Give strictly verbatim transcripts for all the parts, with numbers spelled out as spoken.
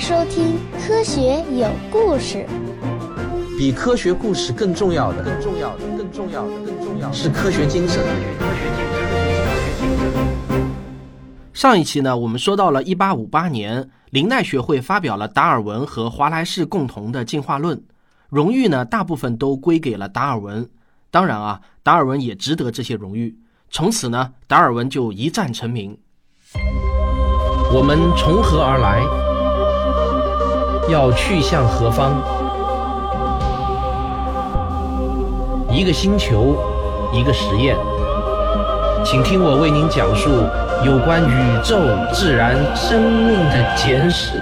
收听科学有故事。 比科学故事更重要的，更重要的，更重要的，更重要的是科学精神。 上一期呢，我们说到了一八五八年，林奈学会发表了达尔文和华莱士共同的进化论，荣誉呢大部分都归给了达尔文。当然啊，达尔文也值得这些荣誉。从此呢，达尔文就一战成名。 我们从何而来？要去向何方？一个星球，一个实验，请听我为您讲述有关宇宙、自然、生命的简史。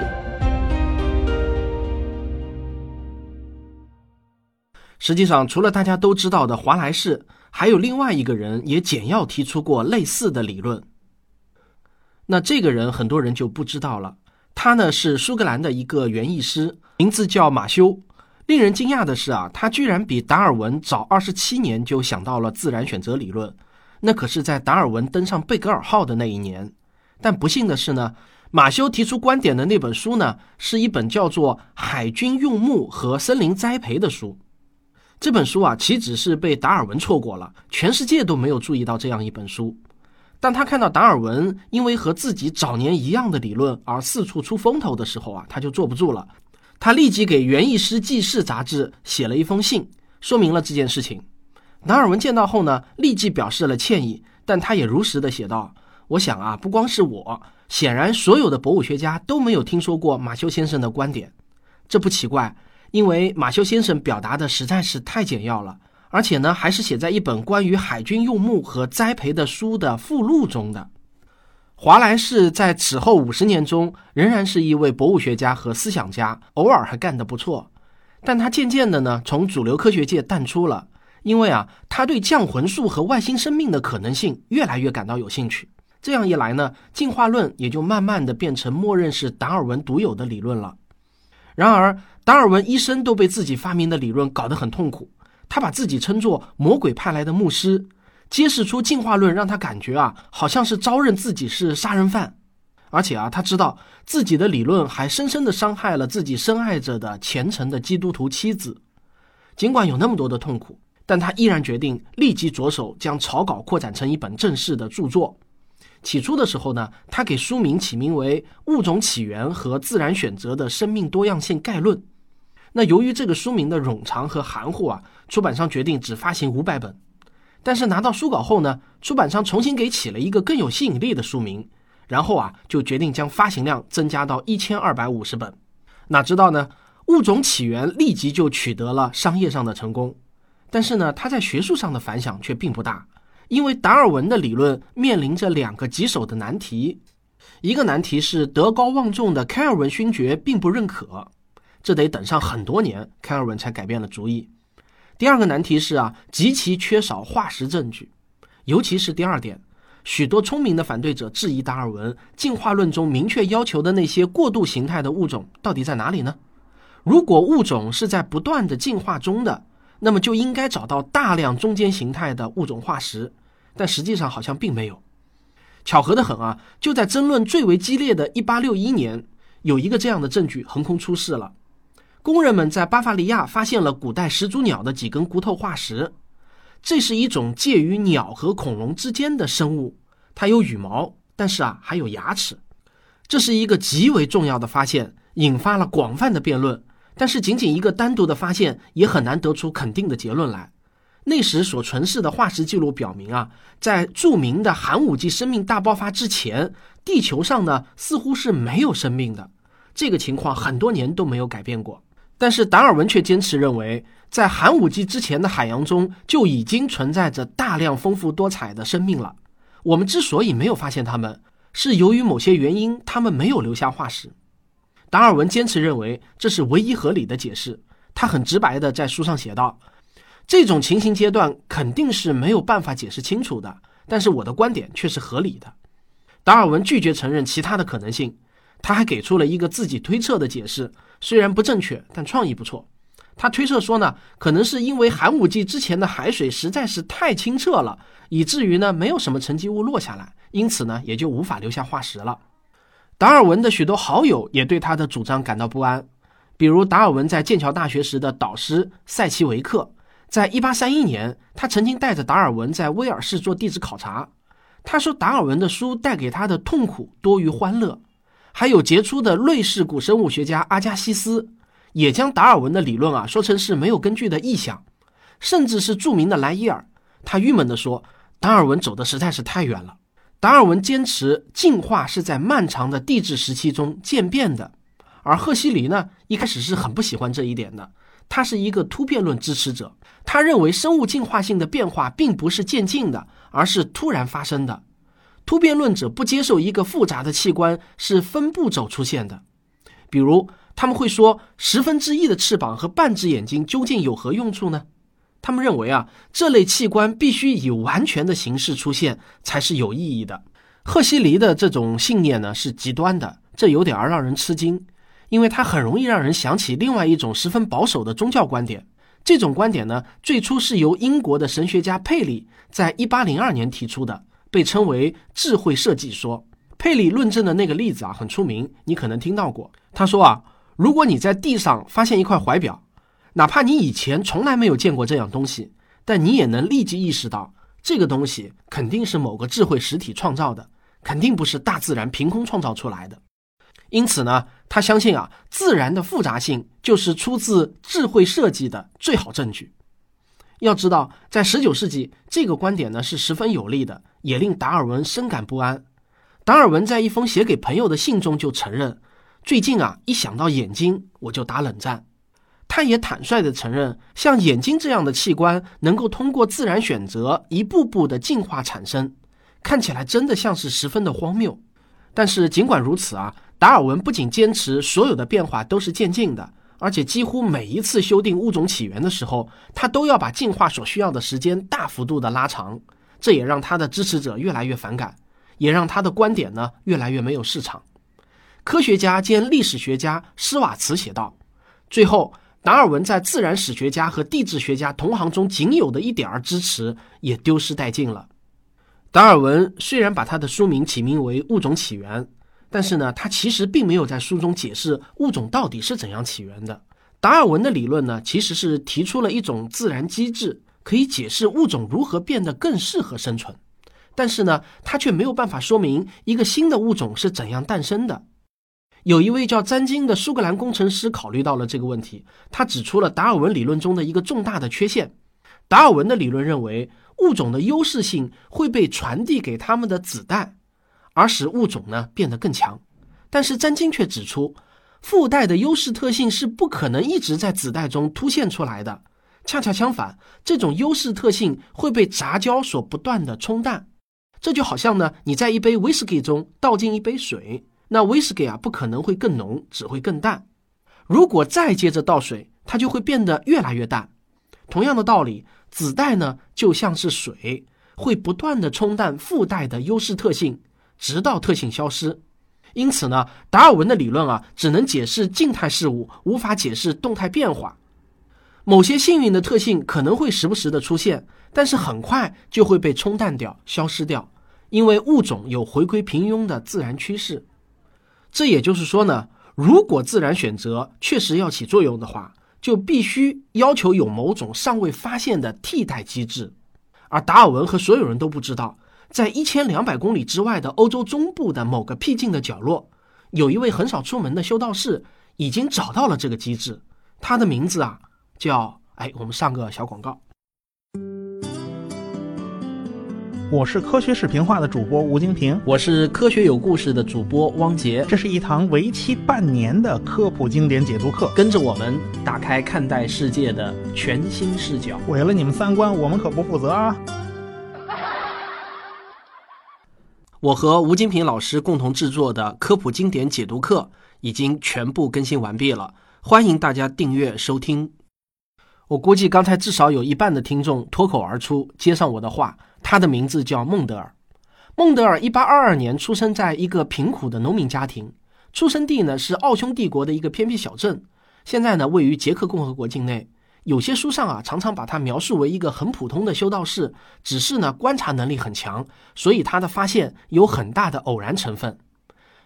实际上，除了大家都知道的华莱士，还有另外一个人也简要提出过类似的理论。那这个人很多人就不知道了，他呢是苏格兰的一个园艺师，名字叫马修。令人惊讶的是啊，他居然比达尔文早二十七年就想到了自然选择理论，那可是在达尔文登上贝格尔号的那一年。但不幸的是呢，马修提出观点的那本书呢，是一本叫做《海军用木和森林栽培》的书。这本书啊，岂止是被达尔文错过了，全世界都没有注意到这样一本书。当他看到达尔文因为和自己早年一样的理论而四处出风头的时候啊，他就坐不住了。他立即给《园艺师纪事》杂志写了一封信，说明了这件事情。达尔文见到后呢，立即表示了歉意，但他也如实的写道：我想啊，不光是我，显然所有的博物学家都没有听说过马修先生的观点。这不奇怪，因为马修先生表达的实在是太简要了，而且呢，还是写在一本关于海军用木和栽培的书的附录中的。华莱士在此后五十年中仍然是一位博物学家和思想家，偶尔还干得不错。但他渐渐的呢，从主流科学界淡出了，因为啊，他对降魂术和外星生命的可能性越来越感到有兴趣。这样一来呢，进化论也就慢慢的变成默认是达尔文独有的理论了。然而，达尔文一生都被自己发明的理论搞得很痛苦。他把自己称作魔鬼派来的牧师，揭示出进化论让他感觉啊，好像是招认自己是杀人犯。而且啊，他知道自己的理论还深深地伤害了自己深爱着的虔诚的基督徒妻子。尽管有那么多的痛苦，但他依然决定立即着手将草稿扩展成一本正式的著作。起初的时候呢，他给书名起名为《物种起源和自然选择的生命多样性概论》。那由于这个书名的冗长和含糊啊，出版商决定只发行五百本。但是拿到书稿后呢，出版商重新给起了一个更有吸引力的书名，然后啊，就决定将发行量增加到一千二百五十本。哪知道呢，物种起源立即就取得了商业上的成功。但是呢，它在学术上的反响却并不大，因为达尔文的理论面临着两个棘手的难题。一个难题是德高望重的开尔文勋爵并不认可，这得等上很多年，开尔文才改变了主意。第二个难题是啊，极其缺少化石证据，尤其是第二点，许多聪明的反对者质疑达尔文进化论中明确要求的那些过渡形态的物种到底在哪里呢？如果物种是在不断的进化中的，那么就应该找到大量中间形态的物种化石，但实际上好像并没有。巧合得很啊，就在争论最为激烈的一八六一年，有一个这样的证据横空出世了。工人们在巴伐利亚发现了古代始祖鸟的几根骨头化石，这是一种介于鸟和恐龙之间的生物，它有羽毛，但是啊还有牙齿。这是一个极为重要的发现，引发了广泛的辩论，但是仅仅一个单独的发现也很难得出肯定的结论来。那时所存世的化石记录表明啊，在著名的寒武纪生命大爆发之前，地球上呢似乎是没有生命的，这个情况很多年都没有改变过。但是达尔文却坚持认为，在寒武纪之前的海洋中就已经存在着大量丰富多彩的生命了。我们之所以没有发现它们，是由于某些原因，它们没有留下化石。达尔文坚持认为这是唯一合理的解释，他很直白地在书上写道：这种情形阶段肯定是没有办法解释清楚的，但是我的观点却是合理的。达尔文拒绝承认其他的可能性，他还给出了一个自己推测的解释，虽然不正确，但创意不错。他推测说呢，可能是因为寒武纪之前的海水实在是太清澈了，以至于呢没有什么沉积物落下来，因此呢也就无法留下化石了。 达尔文的许多好友也对他的主张感到不安，比如达尔文在剑桥大学时的导师塞奇维克，在一八三一年，他曾经带着达尔文在威尔士做地质考察。他说达尔文的书带给他的痛苦多于欢乐。还有杰出的瑞士古生物学家阿加西斯也将达尔文的理论啊说成是没有根据的臆想，甚至是著名的莱伊尔，他郁闷地说达尔文走的实在是太远了。达尔文坚持进化是在漫长的地质时期中渐变的，而赫胥黎呢一开始是很不喜欢这一点的，他是一个突变论支持者，他认为生物进化性的变化并不是渐进的，而是突然发生的。突变论者不接受一个复杂的器官是分步骤出现的，比如他们会说十分之一的翅膀和半只眼睛究竟有何用处呢？他们认为啊，这类器官必须以完全的形式出现才是有意义的。赫胥黎的这种信念呢是极端的，这有点让人吃惊，因为它很容易让人想起另外一种十分保守的宗教观点。这种观点呢，最初是由英国的神学家佩里在一八零二年提出的，被称为智慧设计说。佩里论证的那个例子啊很出名，你可能听到过。他说啊，如果你在地上发现一块怀表，哪怕你以前从来没有见过这样东西，但你也能立即意识到这个东西肯定是某个智慧实体创造的，肯定不是大自然凭空创造出来的。因此呢，他相信啊，自然的复杂性就是出自智慧设计的最好证据。要知道，在十九世纪，这个观点呢是十分有力的，也令达尔文深感不安。达尔文在一封写给朋友的信中就承认，最近啊，一想到眼睛我就打冷战。他也坦率地承认，像眼睛这样的器官能够通过自然选择一步步的进化产生，看起来真的像是十分的荒谬。但是尽管如此啊，达尔文不仅坚持所有的变化都是渐进的，而且几乎每一次修订物种起源的时候，他都要把进化所需要的时间大幅度的拉长，这也让他的支持者越来越反感，也让他的观点呢越来越没有市场。科学家兼历史学家施瓦茨写道，最后达尔文在自然史学家和地质学家同行中仅有的一点儿支持也丢失殆尽了。达尔文虽然把他的书名起名为《物种起源》，但是呢，他其实并没有在书中解释物种到底是怎样起源的。达尔文的理论呢，其实是提出了一种自然机制，可以解释物种如何变得更适合生存，但是呢，他却没有办法说明一个新的物种是怎样诞生的。有一位叫詹金的苏格兰工程师考虑到了这个问题，他指出了达尔文理论中的一个重大的缺陷。达尔文的理论认为，物种的优势性会被传递给他们的子代，而使物种呢变得更强。但是詹金却指出，父代的优势特性是不可能一直在子代中凸现出来的，恰恰相反，这种优势特性会被杂交所不断的冲淡。这就好像呢，你在一杯威士忌中倒进一杯水，那威士忌啊不可能会更浓，只会更淡。如果再接着倒水，它就会变得越来越淡。同样的道理，子代呢就像是水，会不断的冲淡父代的优势特性，直到特性消失。因此呢，达尔文的理论啊只能解释静态事物，无法解释动态变化。某些幸运的特性可能会时不时的出现，但是很快就会被冲淡掉，消失掉，因为物种有回归平庸的自然趋势。这也就是说呢，如果自然选择确实要起作用的话，就必须要求有某种尚未发现的替代机制。而达尔文和所有人都不知道，在一千两百公里之外的欧洲中部的某个僻静的角落，有一位很少出门的修道士已经找到了这个机制。他的名字啊叫……哎，我们上个小广告。 我是科学视频化的主播吴京平， 我是科学有故事的主播汪杰。 这是一堂为期半年的科普经典解读课， 跟着我们打开看待世界的全新视角。 毁了你们三观，我们可不负责啊！ 我和吴金平老师共同制作的科普经典解读课已经全部更新完毕了，欢迎大家订阅收听。我估计刚才至少有一半的听众脱口而出接上我的话，他的名字叫孟德尔。孟德尔一八二二年出生在一个贫苦的农民家庭，出生地呢是奥匈帝国的一个偏僻小镇，现在呢位于捷克共和国境内。有些书上啊常常把他描述为一个很普通的修道士，只是呢观察能力很强，所以他的发现有很大的偶然成分。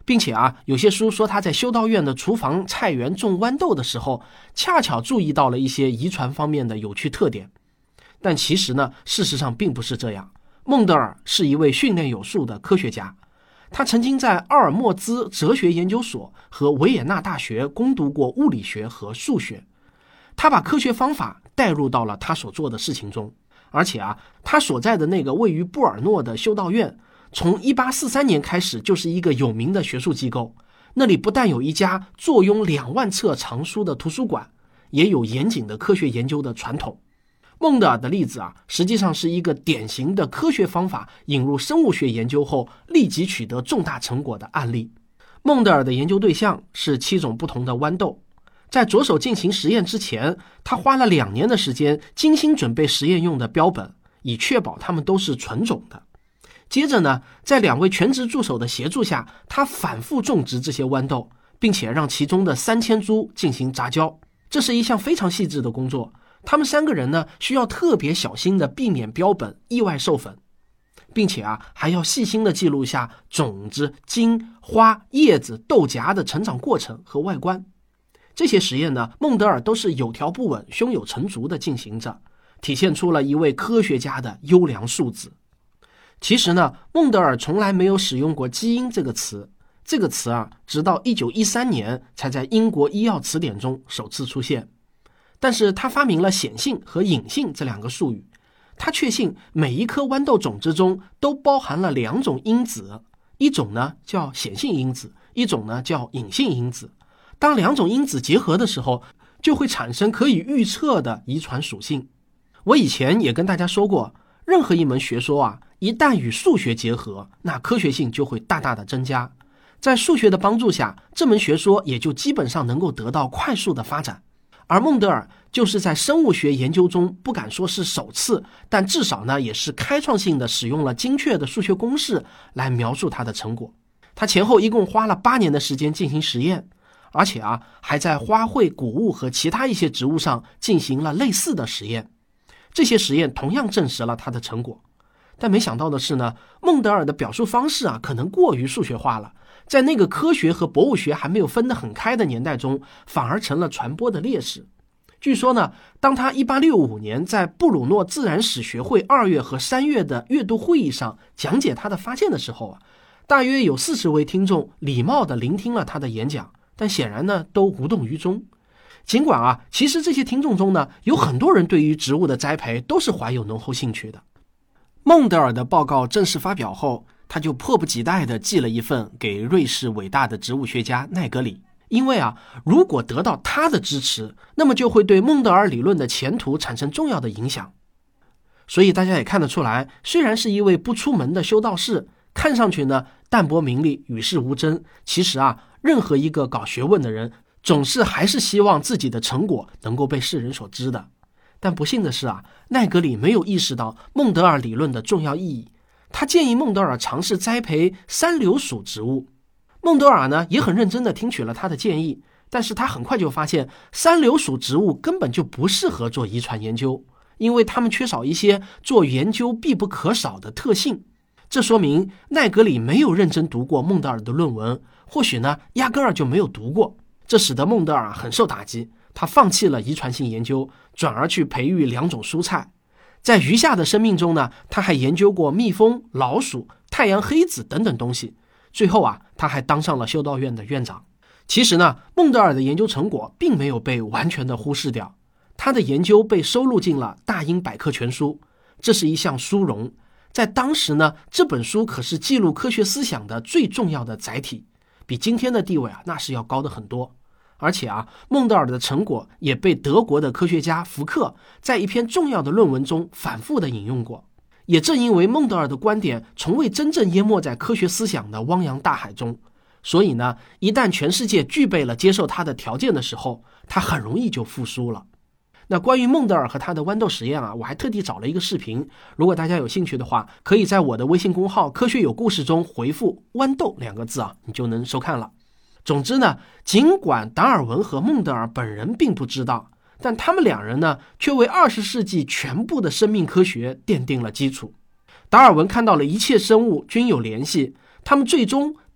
并且啊，有些书说他在修道院的厨房菜园种豌豆的时候，恰巧注意到了一些遗传方面的有趣特点。但其实呢，事实上并不是这样。孟德尔是一位训练有素的科学家，他曾经在奥尔默兹哲学研究所和维也纳大学攻读过物理学和数学。他把科学方法带入到了他所做的事情中，而且啊，他所在的那个位于布尔诺的修道院，从一八四三年开始就是一个有名的学术机构。那里不但有一家坐拥两万册藏书的图书馆，也有严谨的科学研究的传统。孟德尔的例子啊，实际上是一个典型的科学方法引入生物学研究后立即取得重大成果的案例。孟德尔的研究对象是七种不同的豌豆。在着手进行实验之前，他花了两年的时间精心准备实验用的标本，以确保它们都是纯种的。接着呢，在两位全职助手的协助下，他反复种植这些豌豆，并且让其中的三千株进行杂交。这是一项非常细致的工作，他们三个人呢，需要特别小心的避免标本意外授粉，并且啊，还要细心的记录下种子、茎、花、叶子、豆荚的成长过程和外观。这些实验呢，孟德尔都是有条不紊、胸有成竹地进行着，体现出了一位科学家的优良素质。其实呢，孟德尔从来没有使用过基因这个词，这个词啊，直到一九一三年才在英国医药词典中首次出现。但是他发明了显性和隐性这两个术语，他确信每一颗豌豆种子中都包含了两种因子，一种呢叫显性因子，一种呢叫隐性因子。当两种因子结合的时候，就会产生可以预测的遗传属性。我以前也跟大家说过，任何一门学说啊，一旦与数学结合，那科学性就会大大的增加。在数学的帮助下，这门学说也就基本上能够得到快速的发展。而孟德尔就是在生物学研究中不敢说是首次，但至少呢也是开创性的使用了精确的数学公式来描述他的成果。他前后一共花了八年的时间进行实验，而且啊还在花卉、谷物和其他一些植物上进行了类似的实验。这些实验同样证实了他的成果。但没想到的是呢，孟德尔的表述方式啊可能过于数学化了，在那个科学和博物学还没有分得很开的年代中，反而成了传播的劣势。据说呢，当他一八六五年在布鲁诺自然史学会二月和三月的阅读会议上讲解他的发现的时候啊，大约有四十位听众礼貌地聆听了他的演讲，但显然呢都无动于衷。尽管啊，其实这些听众中呢，有很多人对于植物的栽培都是怀有浓厚兴趣的。孟德尔的报告正式发表后，他就迫不及待地寄了一份给瑞士伟大的植物学家奈格里，因为啊，如果得到他的支持，那么就会对孟德尔理论的前途产生重要的影响。所以大家也看得出来，虽然是一位不出门的修道士，看上去呢淡泊名利、与世无争，其实啊，任何一个搞学问的人，总是还是希望自己的成果能够被世人所知的。但不幸的是啊，奈格里没有意识到孟德尔理论的重要意义。他建议孟德尔尝试栽培三流属植物。孟德尔呢也很认真地听取了他的建议，但是他很快就发现三流属植物根本就不适合做遗传研究，因为它们缺少一些做研究必不可少的特性。这说明奈格里没有认真读过孟德尔的论文，或许呢压根儿就没有读过。这使得孟德尔很受打击，他放弃了遗传性研究，转而去培育两种蔬菜。在余下的生命中呢，他还研究过蜜蜂、老鼠、太阳黑子等等东西。最后啊，他还当上了修道院的院长。其实呢，孟德尔的研究成果并没有被完全的忽视掉，他的研究被收录进了《大英百科全书》，这是一项殊荣。在当时呢，这本书可是记录科学思想的最重要的载体，比今天的地位啊，那是要高得很多。而且啊，孟德尔的成果也被德国的科学家福克在一篇重要的论文中反复的引用过。也正因为孟德尔的观点从未真正淹没在科学思想的汪洋大海中，所以呢，一旦全世界具备了接受他的条件的时候，他很容易就复苏了。那关于孟德尔和他的豌豆实验啊，我还特地找了一个视频，如果大家有兴趣的话，可以在我的微信公号科学有故事中回复豌豆两个字啊，你就能收看了。总之呢，尽管达尔文和孟德尔本人并不知道，但他们两人呢，却为二十世纪全部的生命科学奠定了基础。达尔文看到了一切生物均有联系，他们最终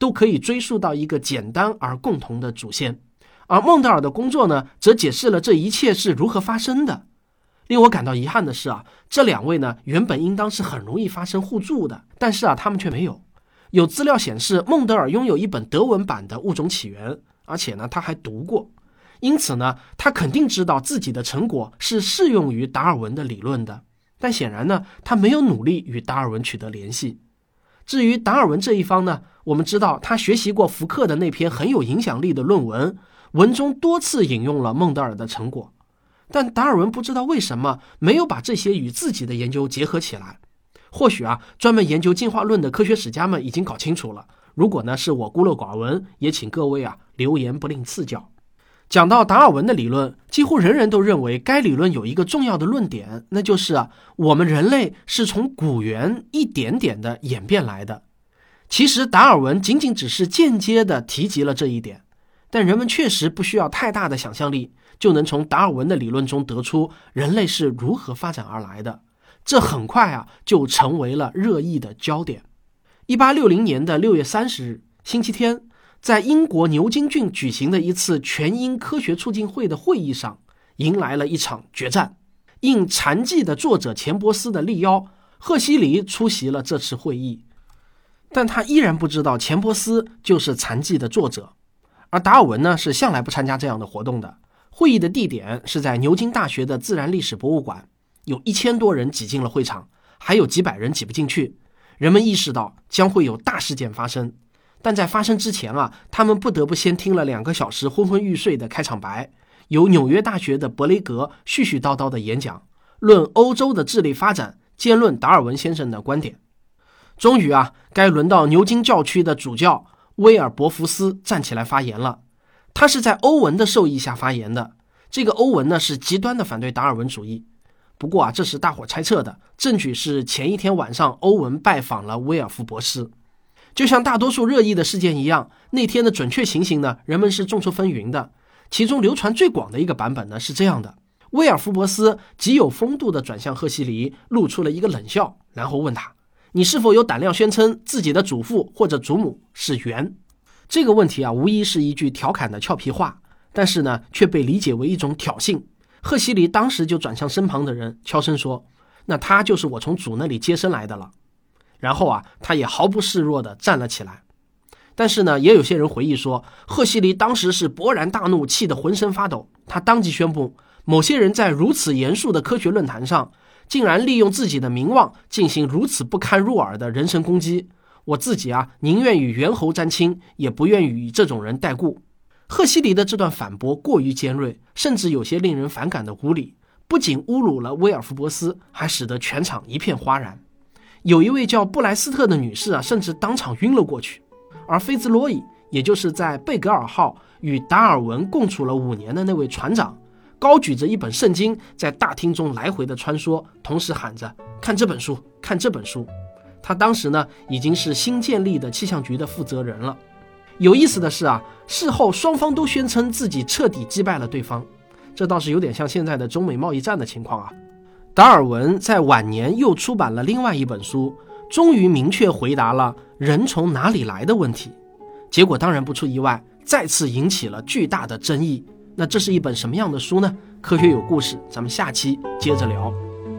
都可以追溯到一个简单而共同的祖先。而孟德尔的工作呢，则解释了这一切是如何发生的。令我感到遗憾的是啊，这两位呢，原本应当是很容易发生互助的，但是啊，他们却没有。有资料显示，孟德尔拥有一本德文版的《物种起源》，而且呢，他还读过，因此呢，他肯定知道自己的成果是适用于达尔文的理论的。但显然呢，他没有努力与达尔文取得联系。至于达尔文这一方呢，我们知道他学习过福克的那篇很有影响力的论文，文中多次引用了孟德尔的成果，但达尔文不知道为什么没有把这些与自己的研究结合起来。或许啊，专门研究进化论的科学史家们已经搞清楚了，如果呢是我孤陋寡闻，也请各位啊留言不吝赐教。讲到达尔文的理论，几乎人人都认为该理论有一个重要的论点，那就是啊，我们人类是从古猿一点点的演变来的。其实达尔文仅仅只是间接的提及了这一点，但人们确实不需要太大的想象力，就能从达尔文的理论中得出人类是如何发展而来的。这很快啊就成为了热议的焦点。一八六零年的六月三十日，星期天，在英国牛津郡举行的一次全英科学促进会的会议上，迎来了一场决战。应残疾的作者钱伯斯的力邀，赫胥黎出席了这次会议，但他依然不知道钱伯斯就是残疾的作者。而达尔文呢，是向来不参加这样的活动的。会议的地点是在牛津大学的自然历史博物馆，有一千多人挤进了会场，还有几百人挤不进去。人们意识到将会有大事件发生，但在发生之前啊，他们不得不先听了两个小时昏昏欲睡的开场白，由纽约大学的伯雷格絮絮叨叨的演讲，论欧洲的智力发展，兼论达尔文先生的观点。终于啊，该轮到牛津教区的主教威尔伯福斯站起来发言了。他是在欧文的授意下发言的。这个欧文呢，是极端的反对达尔文主义。不过啊，这是大伙猜测的，证据是前一天晚上欧文拜访了威尔福博斯。就像大多数热议的事件一样，那天的准确情形呢，人们是众说纷纭的。其中流传最广的一个版本呢是这样的：威尔福博斯极有风度地转向赫胥黎，露出了一个冷笑，然后问他：你是否有胆量宣称自己的祖父或者祖母是猿？这个问题啊，无疑是一句调侃的俏皮话，但是呢，却被理解为一种挑衅。赫胥黎当时就转向身旁的人，悄声说：那他就是我从主那里接生来的了。然后啊，他也毫不示弱地站了起来。但是呢，也有些人回忆说，赫胥黎当时是勃然大怒，气得浑身发抖。他当即宣布，某些人在如此严肃的科学论坛上，竟然利用自己的名望进行如此不堪入耳的人身攻击。我自己啊，宁愿与猿猴沾亲，也不愿与这种人带故。赫胥黎的这段反驳过于尖锐，甚至有些令人反感的无理，不仅侮辱了威尔福博斯，还使得全场一片哗然。有一位叫布莱斯特的女士啊，甚至当场晕了过去。而菲兹罗伊，也就是在贝格尔号与达尔文共处了五年的那位船长，高举着一本圣经，在大厅中来回的穿梭，同时喊着：看这本书，看这本书。他当时呢，已经是新建立的气象局的负责人了。有意思的是啊，事后双方都宣称自己彻底击败了对方，这倒是有点像现在的中美贸易战的情况啊。达尔文在晚年又出版了另外一本书，终于明确回答了人从哪里来的问题。结果当然不出意外，再次引起了巨大的争议。那这是一本什么样的书呢？科学有故事，咱们下期接着聊。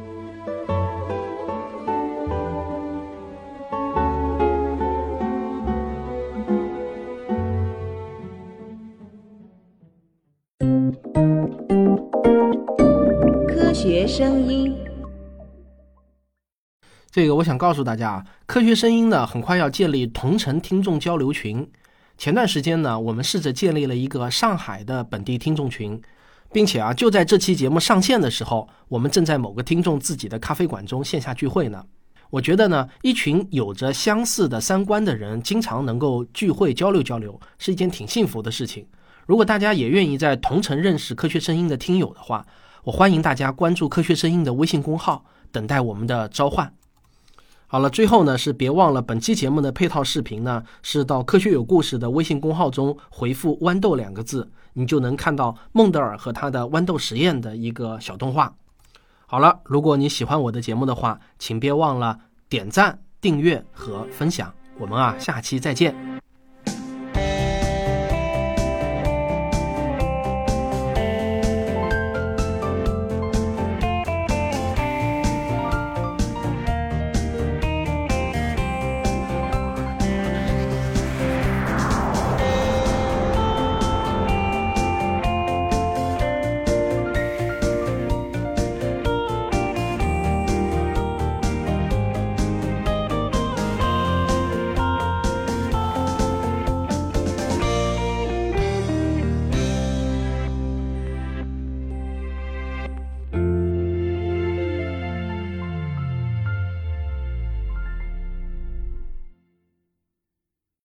科学声音， 这个我想告诉大家啊，科学声音呢很快要建立同城听众交流群。前段时间呢，我们试着建立了一个上海的本地听众群，并且啊，就在这期节目上线的时候，我们正在某个听众自己的咖啡馆中线下聚会呢。我觉得呢，一群有着相似的三观的人，经常能够聚会交流交流，是一件挺幸福的事情。如果大家也愿意在同城认识科学声音的听友的话，我欢迎大家关注科学声音的微信公号，等待我们的召唤。好了，最后呢是别忘了本期节目的配套视频呢，是到科学有故事的微信公号中回复豌豆两个字，你就能看到孟德尔和他的豌豆实验的一个小动画。好了，如果你喜欢我的节目的话，请别忘了点赞、订阅和分享。我们啊，下期再见。